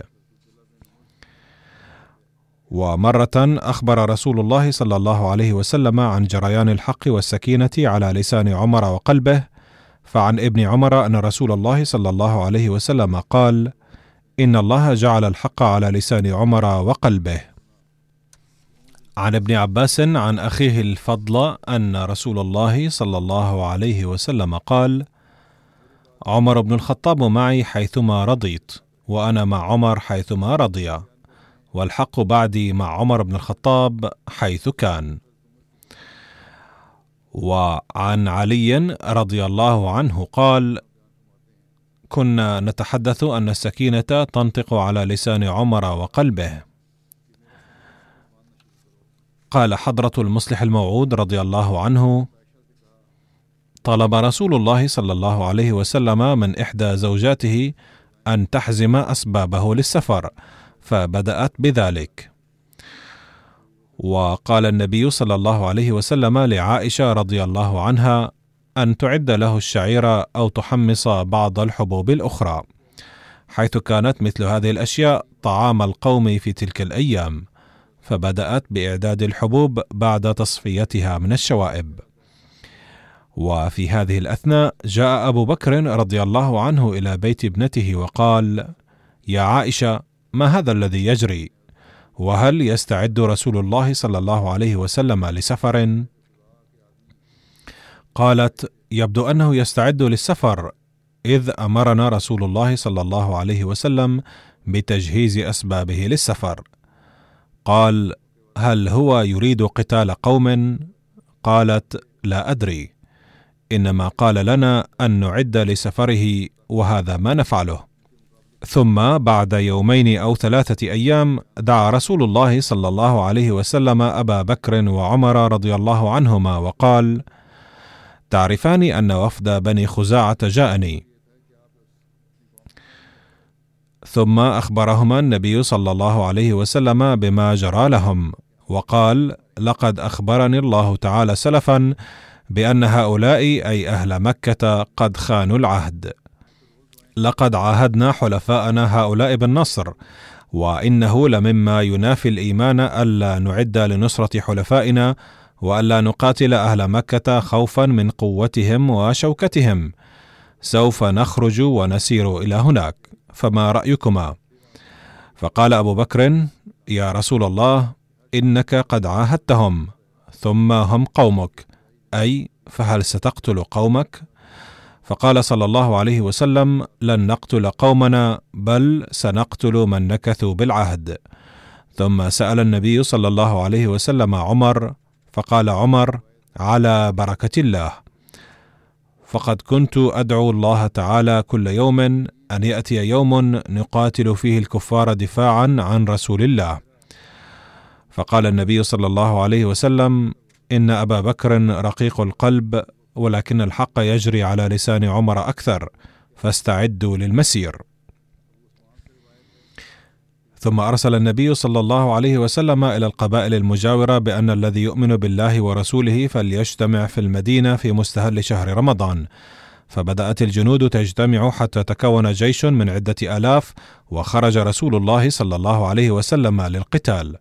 ومرة أخبر رسول الله صلى الله عليه وسلم عن جريان الحق والسكينة على لسان عمر وقلبه، فعن ابن عمر أن رسول الله صلى الله عليه وسلم قال: إن الله جعل الحق على لسان عمر وقلبه. عن ابن عباس عن أخيه الفضل أن رسول الله صلى الله عليه وسلم قال: عمر بن الخطاب معي حيثما رضيت، وأنا مع عمر حيثما رضي، والحق بعدي مع عمر بن الخطاب حيث كان. وعن علي رضي الله عنه قال: كنا نتحدث أن السكينة تنطق على لسان عمر وقلبه. قال حضرة المصلح الموعود رضي الله عنه: طلب رسول الله صلى الله عليه وسلم من إحدى زوجاته أن تحزم أسبابه للسفر، فبدأت بذلك. وقال النبي صلى الله عليه وسلم لعائشة رضي الله عنها أن تعد له الشعير أو تحمص بعض الحبوب الأخرى، حيث كانت مثل هذه الأشياء طعام القوم في تلك الأيام، فبدأت بإعداد الحبوب بعد تصفيتها من الشوائب. وفي هذه الأثناء جاء أبو بكر رضي الله عنه إلى بيت ابنته وقال: يا عائشة، ما هذا الذي يجري؟ وهل يستعد رسول الله صلى الله عليه وسلم لسفر؟ قالت: يبدو أنه يستعد للسفر، إذ أمرنا رسول الله صلى الله عليه وسلم بتجهيز أسبابه للسفر. قال: هل هو يريد قتال قوم؟ قالت: لا أدري، إنما قال لنا أن نعد لسفره، وهذا ما نفعله. ثم بعد يومين أو 3 أيام دعا رسول الله صلى الله عليه وسلم أبا بكر وعمر رضي الله عنهما وقال: تعرفان أن وفد بني خزاعة جاءني. ثم أخبرهما النبي صلى الله عليه وسلم بما جرى لهم، وقال: لقد أخبرني الله تعالى سلفا بأن هؤلاء أي أهل مكة قد خانوا العهد. لقد عاهدنا حلفاءنا هؤلاء بالنصر، وإنه لمما ينافي الإيمان ألا نعد لنصرة حلفائنا، وألا نقاتل أهل مكة خوفا من قوتهم وشوكتهم. سوف نخرج ونسير إلى هناك، فما رأيكما؟ فقال أبو بكر: يا رسول الله، إنك قد عاهدتهم، ثم هم قومك، أي فهل ستقتل قومك؟ فقال صلى الله عليه وسلم: لن نقتل قومنا، بل سنقتل من نكثوا بالعهد. ثم سأل النبي صلى الله عليه وسلم عمر، فقال عمر: على بركة الله، فقد كنت أدعو الله تعالى كل يوم أن يأتي يوم نقاتل فيه الكفار دفاعا عن رسول الله. فقال النبي صلى الله عليه وسلم: إن أبا بكر رقيق القلب، ولكن الحق يجري على لسان عمر أكثر، فاستعدوا للمسير. ثم أرسل النبي صلى الله عليه وسلم إلى القبائل المجاورة بأن الذي يؤمن بالله ورسوله فليجتمع في المدينة في مستهل شهر رمضان. فبدأت الجنود تجتمع حتى تكون جيش من عدة آلاف، وخرج رسول الله صلى الله عليه وسلم للقتال.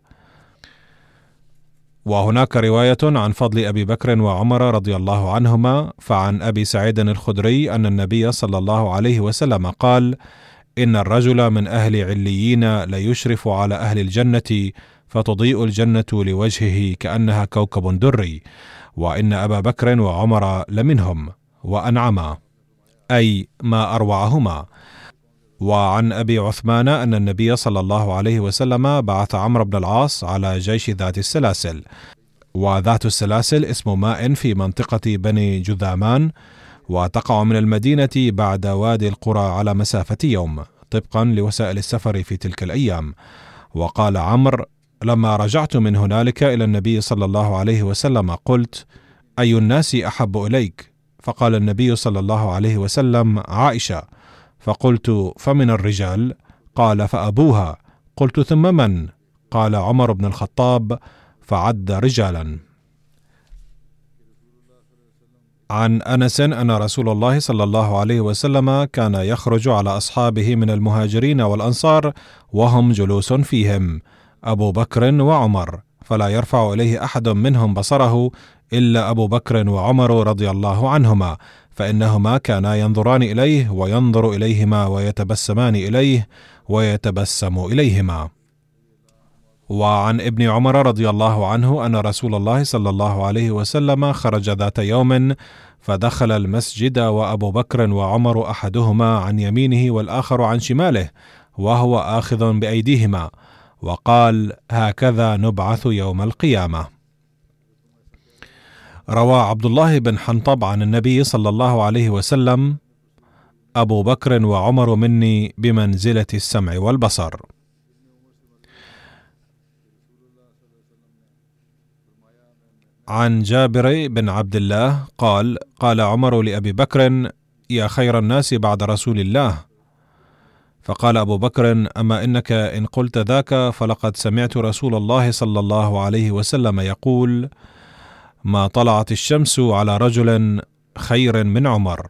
وهناك رواية عن فضل أبي بكر وعمر رضي الله عنهما، فعن أبي سعيد الخدري أن النبي صلى الله عليه وسلم قال: إن الرجل من أهل عليين ليشرف على أهل الجنة، فتضيء الجنة لوجهه كأنها كوكب دري، وإن أبا بكر وعمر لمنهم وأنعما، أي ما أروعهما. وعن أبي عثمان أن النبي صلى الله عليه وسلم بعث عمرو بن العاص على جيش ذات السلاسل، وذات السلاسل اسم ماء في منطقة بني جذامان، وتقع من المدينة بعد وادي القرى على مسافة يوم، طبقا لوسائل السفر في تلك الأيام. وقال عمرو: لما رجعت من هنالك إلى النبي صلى الله عليه وسلم قلت: أي الناس أحب إليك؟ فقال النبي صلى الله عليه وسلم: عائشة. فقلت: فمن الرجال؟ قال: فأبوها. قلت: ثم من؟ قال: عمر بن الخطاب، فعد رجالا. عن أنس أن رسول الله صلى الله عليه وسلم كان يخرج على أصحابه من المهاجرين والأنصار وهم جلوس فيهم أبو بكر وعمر، فلا يرفع إليه أحد منهم بصره إلا أبو بكر وعمر رضي الله عنهما، فإنهما كانا ينظران إليه وينظر إليهما ويتبسمان إليه ويتبسم إليهما. وعن ابن عمر رضي الله عنه أن رسول الله صلى الله عليه وسلم خرج ذات يوم فدخل المسجد وأبو بكر وعمر أحدهما عن يمينه والآخر عن شماله وهو آخذ بأيديهما، وقال: هكذا نبعث يوم القيامة. روى عبد الله بن حنطب عن النبي صلى الله عليه وسلم: أبو بكر وعمر مني بمنزلة السمع والبصر. عن جابر بن عبد الله قال: قال عمر لأبي بكر: يا خير الناس بعد رسول الله. فقال أبو بكر: أما إنك إن قلت ذاك فلقد سمعت رسول الله صلى الله عليه وسلم يقول: ما طلعت الشمس على رجل خير من عمر.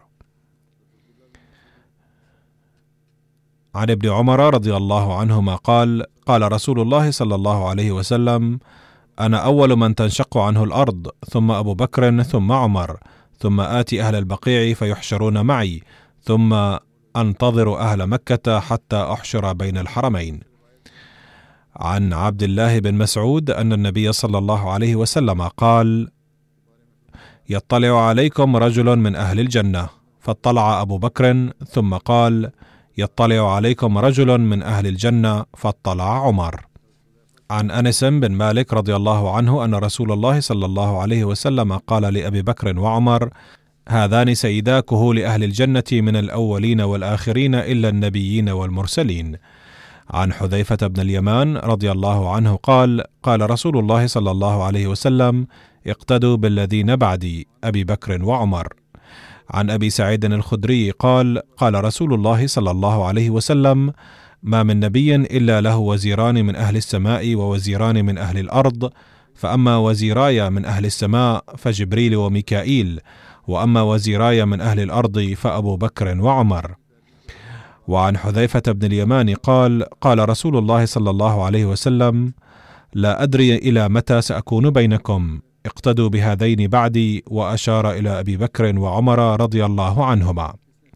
عن ابن عمر رضي الله عنهما قال: قال رسول الله صلى الله عليه وسلم: أنا أول من تنشق عنه الأرض، ثم أبو بكر، ثم عمر، ثم آتي أهل البقيع فيحشرون معي، ثم أنتظر أهل مكة حتى أحشر بين الحرمين. عن عبد الله بن مسعود أن النبي صلى الله عليه وسلم قال: يطلع عليكم رجل من أهل الجنة، فاطلع أبو بكر، ثم قال: يطلع عليكم رجل من أهل الجنة، فاطلع عمر. عن أنس بن مالك رضي الله عنه أن رسول الله صلى الله عليه وسلم قال لأبي بكر وعمر: هذان سيدا كهول أهل الجنة من الأولين والآخرين إلا النبيين والمرسلين. عن حذيفة بن اليمان رضي الله عنه قال: قال رسول الله صلى الله عليه وسلم: اقتدوا بالذين بعدي أبي بكر وعمر. عن أبي سعيد الخدري قال: قال رسول الله صلى الله عليه وسلم: ما من نبي إلا له وزيران من أهل السماء ووزيران من أهل الأرض، فأما وزيراي من أهل السماء فجبريل وميكائيل، وأما وزيراي من أهل الأرض فأبو بكر وعمر. وعن حذيفة بن اليمان قال: قال رسول الله صلى الله عليه وسلم: لا أدري إلى متى سأكون بينكم، اقتدوا بهذين بعدي، وأشار إلى أبي بكر وعمر رضي الله عنهما.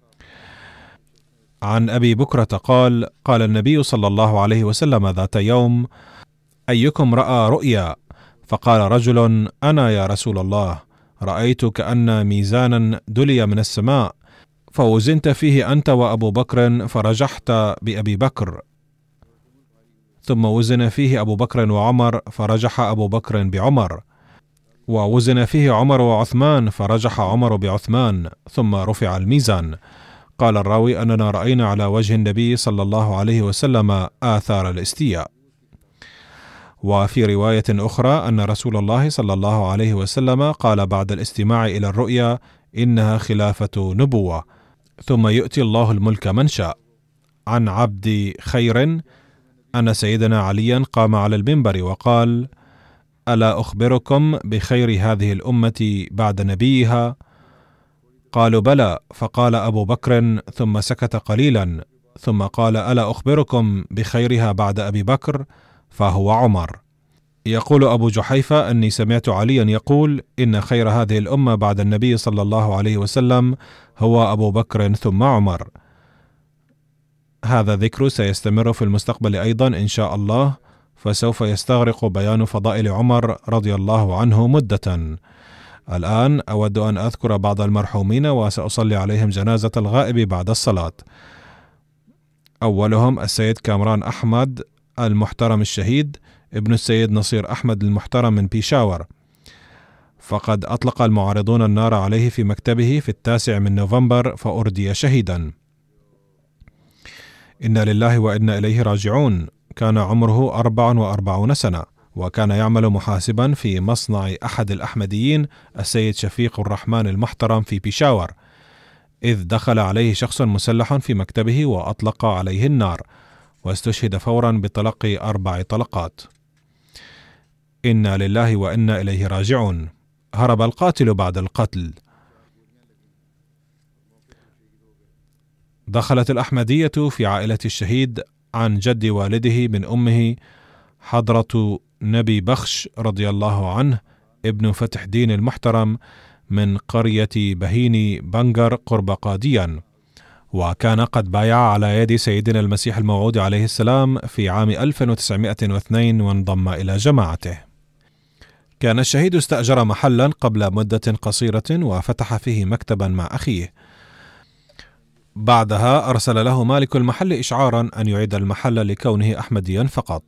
عن أبي بكرة قال: قال النبي صلى الله عليه وسلم ذات يوم: أيكم رأى رؤيا؟ فقال رجل: أنا يا رسول الله، رأيت كأن ميزانا دلي من السماء، فوزنت فيه أنت وأبو بكر فرجحت بأبي بكر، ثم وزن فيه أبو بكر وعمر فرجح أبو بكر بعمر، ووزن فيه عمر وعثمان فرجح عمر بعثمان، ثم رفع الميزان. قال الراوي: أننا رأينا على وجه النبي صلى الله عليه وسلم آثار الاستياء. وفي رواية أخرى أن رسول الله صلى الله عليه وسلم قال بعد الاستماع إلى الرؤيا: إنها خلافة نبوة، ثم يؤتي الله الملك من شاء. عن عبد خير أن سيدنا عليا قام على المنبر وقال: ألا أخبركم بخير هذه الأمة بعد نبيها؟ قالوا: بلى. فقال أبو بكر، ثم سكت قليلا، ثم قال: ألا أخبركم بخيرها بعد أبي بكر؟ فهو عمر. يقول أبو جحيفة: أني سمعت عليا يقول: إن خير هذه الأمة بعد النبي صلى الله عليه وسلم هو أبو بكر ثم عمر. هذا ذكر سيستمر في المستقبل أيضا إن شاء الله، فسوف يستغرق بيان فضائل عمر رضي الله عنه مدة. الآن أود أن أذكر بعض المرحومين وسأصلي عليهم جنازة الغائب بعد الصلاة. أولهم السيد كامران أحمد المحترم الشهيد، ابن السيد نصير أحمد المحترم من بيشاور، فقد أطلق المعارضون النار عليه في مكتبه في 9 نوفمبر فأردي شهيدا. إنا لله وإنا إليه راجعون. كان عمره 44 سنة، وكان يعمل محاسبا في مصنع أحد الأحمديين السيد شفيق الرحمن المحترم في بيشاور، إذ دخل عليه شخص مسلح في مكتبه وأطلق عليه النار، واستشهد فورا بتلقي 4 طلقات. إنا لله وإنا إليه راجعون. هرب القاتل بعد القتل. دخلت الأحمدية في عائلة الشهيد عن جد والده من أمه حضرة نبي بخش رضي الله عنه ابن فتح دين المحترم من قرية بهيني بنجر قرب قاديان، وكان قد بايع على يد سيدنا المسيح الموعود عليه السلام في عام 1902 وانضم إلى جماعته. كان الشهيد استأجر محلا قبل مدة قصيرة وفتح فيه مكتبا مع أخيه. بعدها أرسل له مالك المحل إشعارا أن يعيد المحل لكونه أحمديا فقط،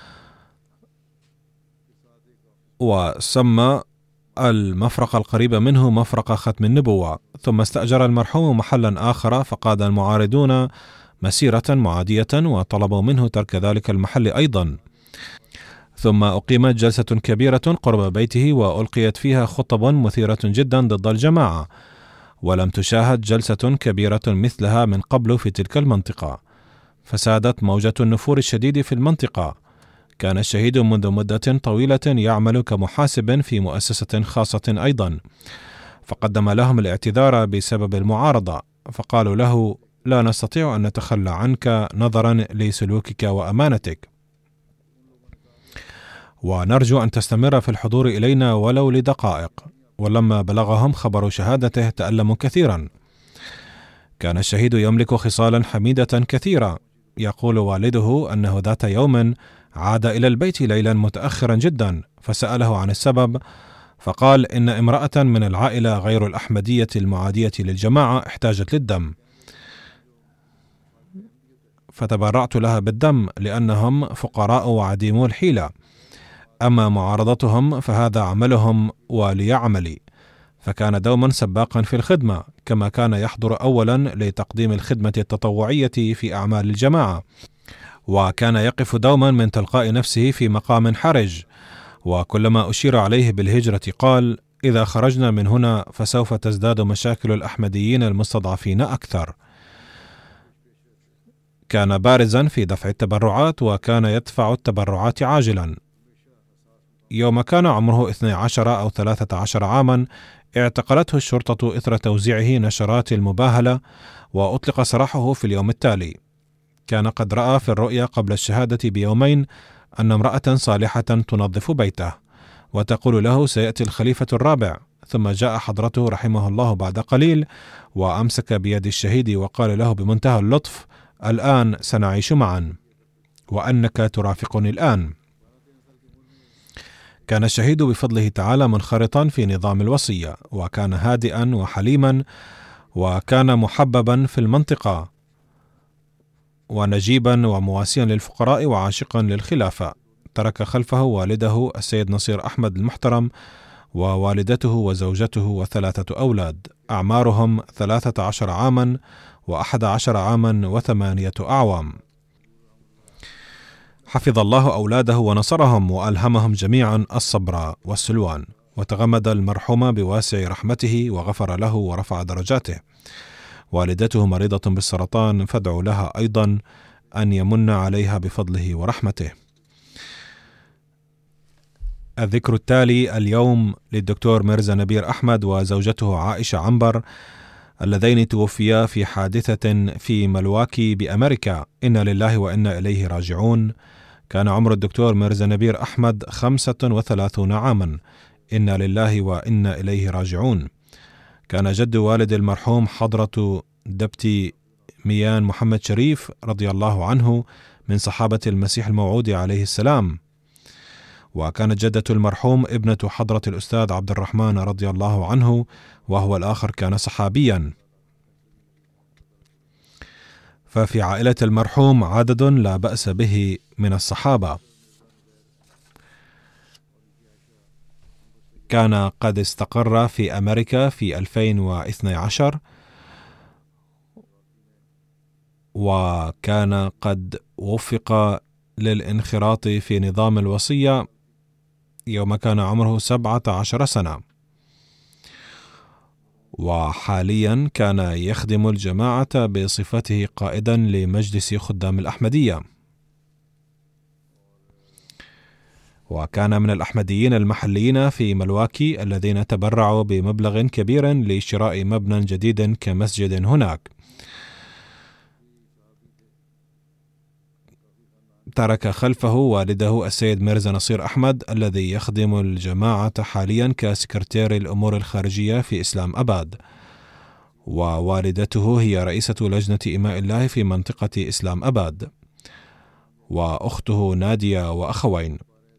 وسمى المفرق القريب منه مفرق ختم النبوة. ثم استأجر المرحوم محلا آخر، فقاد المعارضون مسيرة معادية وطلبوا منه ترك ذلك المحل أيضا. ثم أقيمت جلسة كبيرة قرب بيته وألقيت فيها خطب مثيرة جدا ضد الجماعة، ولم تشاهد جلسة كبيرة مثلها من قبل في تلك المنطقة، فسادت موجة النفور الشديد في المنطقة. كان الشهيد منذ مدة طويلة يعمل كمحاسب في مؤسسة خاصة أيضا، فقدم لهم الاعتذار بسبب المعارضة، فقالوا له: لا نستطيع أن نتخلى عنك نظرا لسلوكك وأمانتك، ونرجو أن تستمر في الحضور إلينا ولو لدقائق. ولما بلغهم خبر شهادته تألموا كثيرا. كان الشهيد يملك خصالا حميدة كثيرة. يقول والده أنه ذات يوم عاد إلى البيت ليلا متأخرا جدا، فسأله عن السبب، فقال: إن امرأة من العائلة غير الأحمدية المعادية للجماعة احتاجت للدم، فتبرعت لها بالدم لأنهم فقراء وعديمو الحيلة، أما معارضتهم فهذا عملهم ولي عملي. فكان دوما سباقا في الخدمة، كما كان يحضر أولا لتقديم الخدمة التطوعية في أعمال الجماعة، وكان يقف دوما من تلقاء نفسه في مقام حرج، وكلما أشير عليه بالهجرة قال: إذا خرجنا من هنا فسوف تزداد مشاكل الأحمديين المستضعفين أكثر. كان بارزا في دفع التبرعات، وكان يدفع التبرعات عاجلا. يوم كان عمره 12 أو 13 عاما اعتقلته الشرطة إثر توزيعه نشرات المباهلة، وأطلق سراحه في اليوم التالي. كان قد رأى في الرؤيا قبل الشهادة بيومين أن امرأة صالحة تنظف بيته وتقول له: سيأتي الخليفة الرابع. ثم جاء حضرته رحمه الله بعد قليل وأمسك بيد الشهيد وقال له بمنتهى اللطف: الآن سنعيش معا، وأنك ترافقني الآن. كان الشهيد بفضله تعالى منخرطا في نظام الوصية، وكان هادئا وحليما، وكان محببا في المنطقة، ونجيبا ومواسيا للفقراء وعاشقا للخلافة. ترك خلفه والده السيد نصير أحمد المحترم، ووالدته وزوجته و3 أولاد، أعمارهم 13 عاما و11 عاما و8 أعوام. حفظ الله أولاده ونصرهم وألهمهم جميعا الصبر والسلوان، وتغمد المرحوم بواسع رحمته وغفر له ورفع درجاته. والدته مريضة بالسرطان، فادعوا لها أيضا أن يمن عليها بفضله ورحمته. الذكر التالي اليوم للدكتور ميرزا نبير أحمد وزوجته عائشة عنبر، اللذين توفيا في حادثة في ملواكي بأمريكا. إنا لله وإنا إليه راجعون. كان عمر الدكتور ميرزا نبير أحمد 35 عاما. إنا لله وإنا إليه راجعون. كان جد والد المرحوم حضرة دبتي ميان محمد شريف رضي الله عنه من صحابة المسيح الموعود عليه السلام. وكانت جدة المرحوم ابنة حضرة الأستاذ عبد الرحمن رضي الله عنه، وهو الآخر كان صحابيا. ففي عائلة المرحوم عدد لا بأس به من الصحابة. كان قد استقر في أمريكا في 2012، وكان قد وفق للانخراط في نظام الوصية يوم كان عمره 17 سنة، وحاليا كان يخدم الجماعة بصفته قائدا لمجلس خدام الأحمدية، وكان من الأحمديين المحليين في ملواكي الذين تبرعوا بمبلغ كبير لشراء مبنى جديد كمسجد هناك. ترك خلفه والده السيد ميرزا نصير أحمد الذي يخدم الجماعة حاليا كسكرتير الأمور الخارجية في إسلام أباد، ووالدته هي رئيسة لجنة إماء الله في منطقة إسلام أباد، وأخته نادية وأخوين.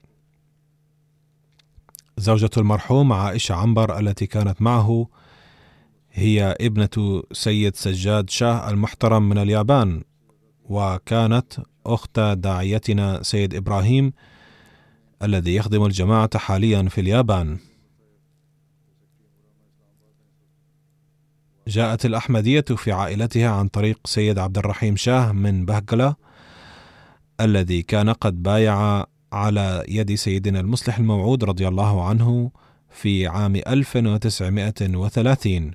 زوجة المرحوم عائشة عنبر التي كانت معه هي ابنة سيد سجاد شاه المحترم من اليابان، وكانت أخت داعيتنا سيد إبراهيم الذي يخدم الجماعة حاليا في اليابان. جاءت الأحمدية في عائلتها عن طريق سيد عبد الرحيم شاه من بهقلة الذي كان قد بايع على يد سيدنا المصلح الموعود رضي الله عنه في عام 1930.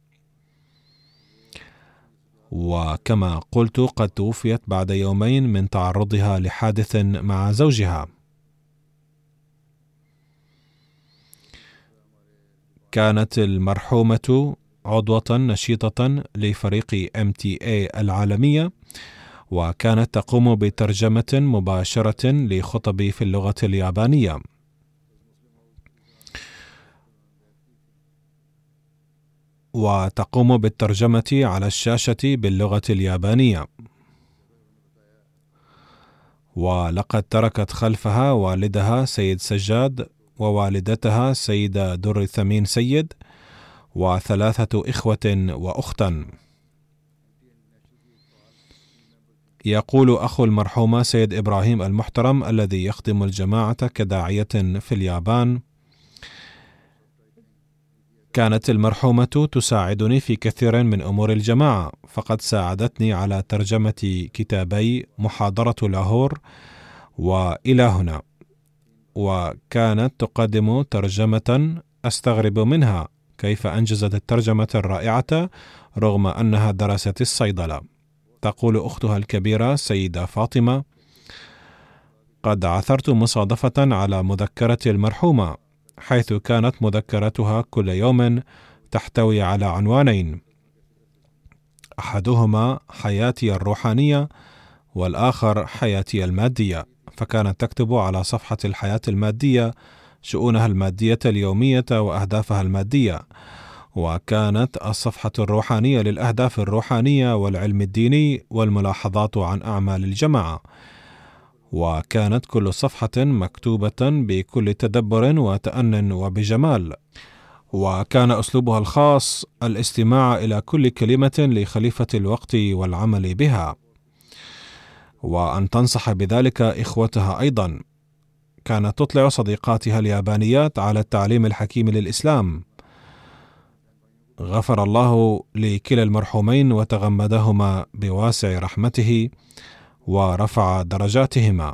وكما قلت قد توفيت بعد يومين من تعرضها لحادث مع زوجها. كانت المرحومة عضوة نشيطة لفريق MTA العالمية، وكانت تقوم بترجمة مباشرة لخطب في اللغة اليابانية. وتقوم بالترجمة على الشاشة باللغة اليابانية. ولقد تركت خلفها والدها سيد سجاد، ووالدتها سيدة در ثمين سيد، وثلاثة إخوة وأختا. يقول أخو المرحومة سيد إبراهيم المحترم الذي يخدم الجماعة كداعية في اليابان: كانت المرحومة تساعدني في كثير من أمور الجماعة، فقد ساعدتني على ترجمة كتابي محاضرة لاهور وإلى هنا، وكانت تقدم ترجمة أستغرب منها كيف أنجزت الترجمة الرائعة رغم أنها درست الصيدلة. تقول أختها الكبيرة سيدة فاطمة: قد عثرت مصادفة على مذكرة المرحومة، حيث كانت مذكرتها كل يوم تحتوي على عنوانين: أحدهما حياتي الروحانية، والآخر حياتي المادية. فكانت تكتب على صفحة الحياة المادية شؤونها المادية اليومية وأهدافها المادية، وكانت الصفحة الروحانية للأهداف الروحانية والعلم الديني والملاحظات عن أعمال الجماعة، وكانت كل صفحة مكتوبة بكل تدبر وتأن وبجمال، وكان أسلوبها الخاص الاستماع إلى كل كلمة لخليفة الوقت والعمل بها، وأن تنصح بذلك إخوتها أيضا. كانت تطلع صديقاتها اليابانيات على التعليم الحكيم للإسلام. غفر الله لكلا المرحومين وتغمدهما بواسع رحمته ورفع درجاتهما.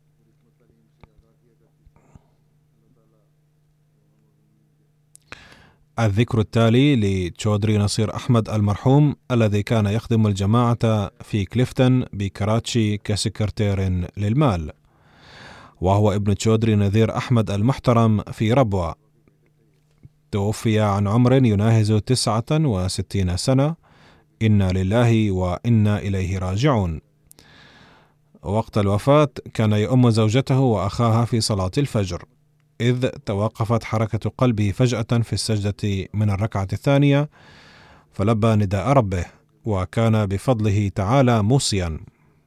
الذكر التالي لتشودري نصير أحمد المرحوم الذي كان يخدم الجماعة في كليفتون بكراتشي كسكرتير للمال، وهو ابن تشودري نذير أحمد المحترم في ربوة. توفي عن عمر يناهز 69 سنة. إنا لله وإنا إليه راجعون. وقت الوفاة كان يؤم زوجته وأخاها في صلاة الفجر، إذ توقفت حركة قلبه فجأة في السجدة من الركعة الثانية، فلبى نداء ربه، وكان بفضله تعالى موصيا.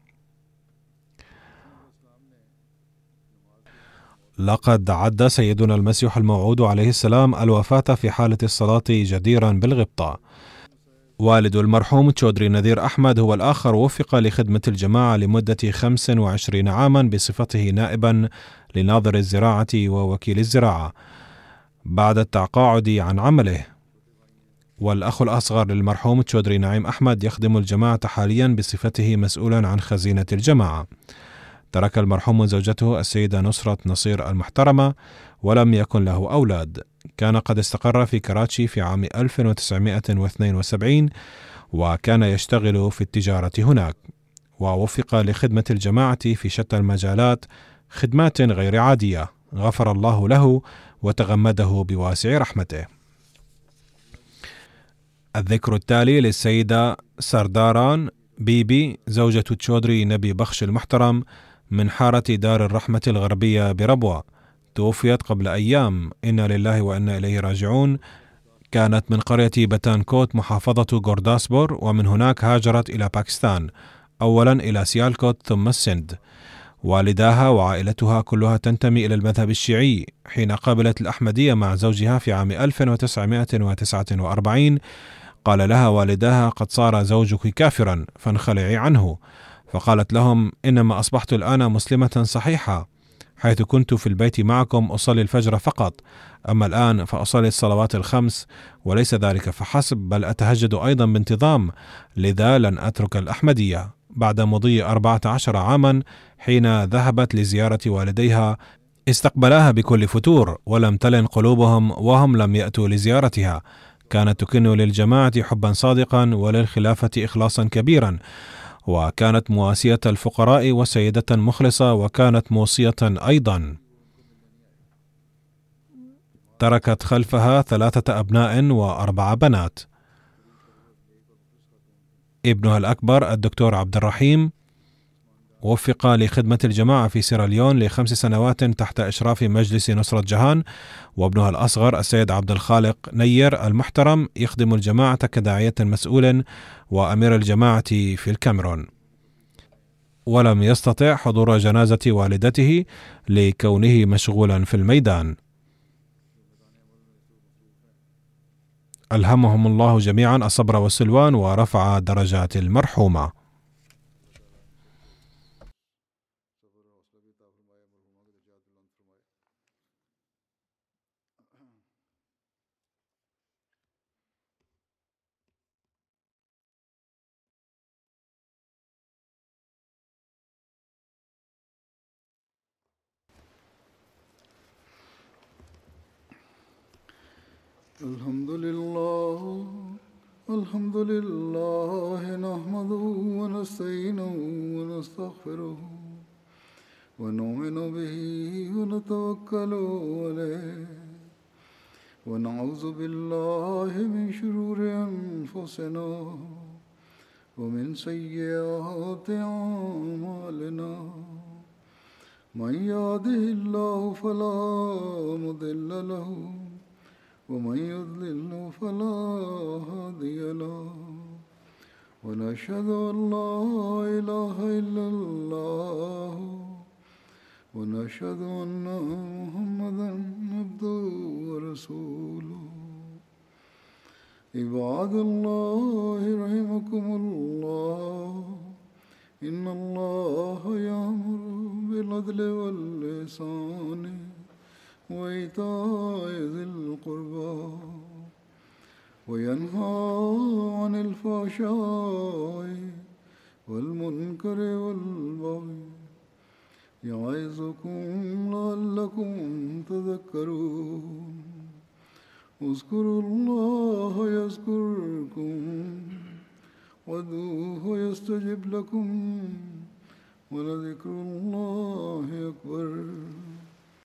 لقد عد سيدنا المسيح الموعود عليه السلام الوفاة في حالة الصلاة جديرا بالغبطة. والد المرحوم تشودري نذير أحمد هو الآخر وفق لخدمة الجماعة لمدة 25 عاما بصفته نائبا لناظر الزراعة ووكيل الزراعة بعد التقاعد عن عمله. والأخ الأصغر للمرحوم تشودري نعيم أحمد يخدم الجماعة حاليا بصفته مسؤولا عن خزينة الجماعة. ترك المرحوم زوجته السيدة نصرة نصير المحترمة ولم يكن له أولاد. كان قد استقر في كراتشي في عام 1972 وكان يشتغل في التجارة هناك، ووفق لخدمة الجماعة في شتى المجالات خدمات غير عادية، غفر الله له وتغمده بواسع رحمته. الذكر التالي للسيدة سرداران بيبي زوجة تشودري نبي بخش المحترم من حارة دار الرحمة الغربية بربوة، توفيت قبل أيام، إنا لله وإنا إليه راجعون. كانت من قرية بتانكوت محافظة غورداسبور، ومن هناك هاجرت إلى باكستان، أولا إلى سيالكوت ثم السند. والداها وعائلتها كلها تنتمي إلى المذهب الشيعي. حين قابلت الأحمدية مع زوجها في عام 1949 قال لها والداها: قد صار زوجك كافرا فانخلعي عنه. فقالت لهم: إنما أصبحت الآن مسلمة صحيحة، حيث كنت في البيت معكم أصلي الفجر فقط، أما الآن فأصلي الصلوات الخمس، وليس ذلك فحسب، بل أتهجد أيضا بانتظام، لذا لن أترك الأحمدية. بعد مضي 14 عاما حين ذهبت لزيارة والديها استقبلاها بكل فتور، ولم تلن قلوبهم وهم لم يأتوا لزيارتها. كانت تكن للجماعة حبا صادقا وللخلافة إخلاصا كبيرا، وكانت مواسية الفقراء وسيدة مخلصة، وكانت موصية أيضا. تركت خلفها 3 أبناء و4 بنات. ابنها الأكبر الدكتور عبد الرحيم وفق لخدمة الجماعة في سيراليون ل5 سنوات تحت إشراف مجلس نصرة جهان، وابنها الأصغر السيد عبد الخالق نير المحترم يخدم الجماعة كداعية مسؤول وأمير الجماعة في الكاميرون، ولم يستطع حضور جنازة والدته لكونه مشغولا في الميدان. ألهمهم الله جميعا الصبر والسلوان ورفع درجات المرحومة. الحمد لله نحمده ونستعينه ونستغفره ونؤمن به ونتوكل عليه ونعوذ بالله من شرور أنفسنا ومن سيئات أعمالنا، من يهده الله فلا مضل له ومن يضلل فلا هادي له، ونشهد أن لا إله إلا الله ونشهد أن محمدا عبده ورسوله. عباد الله رحمكم الله، إن الله يأمر بالعدل والإحسان وإيتاء ذي القربى وينهى عن الفحشاء والمنكر والبغي، يعظكم لعلكم تذكرون. اذكروا الله يذكركم وادعوه يستجب لكم ولذكر الله أكبر.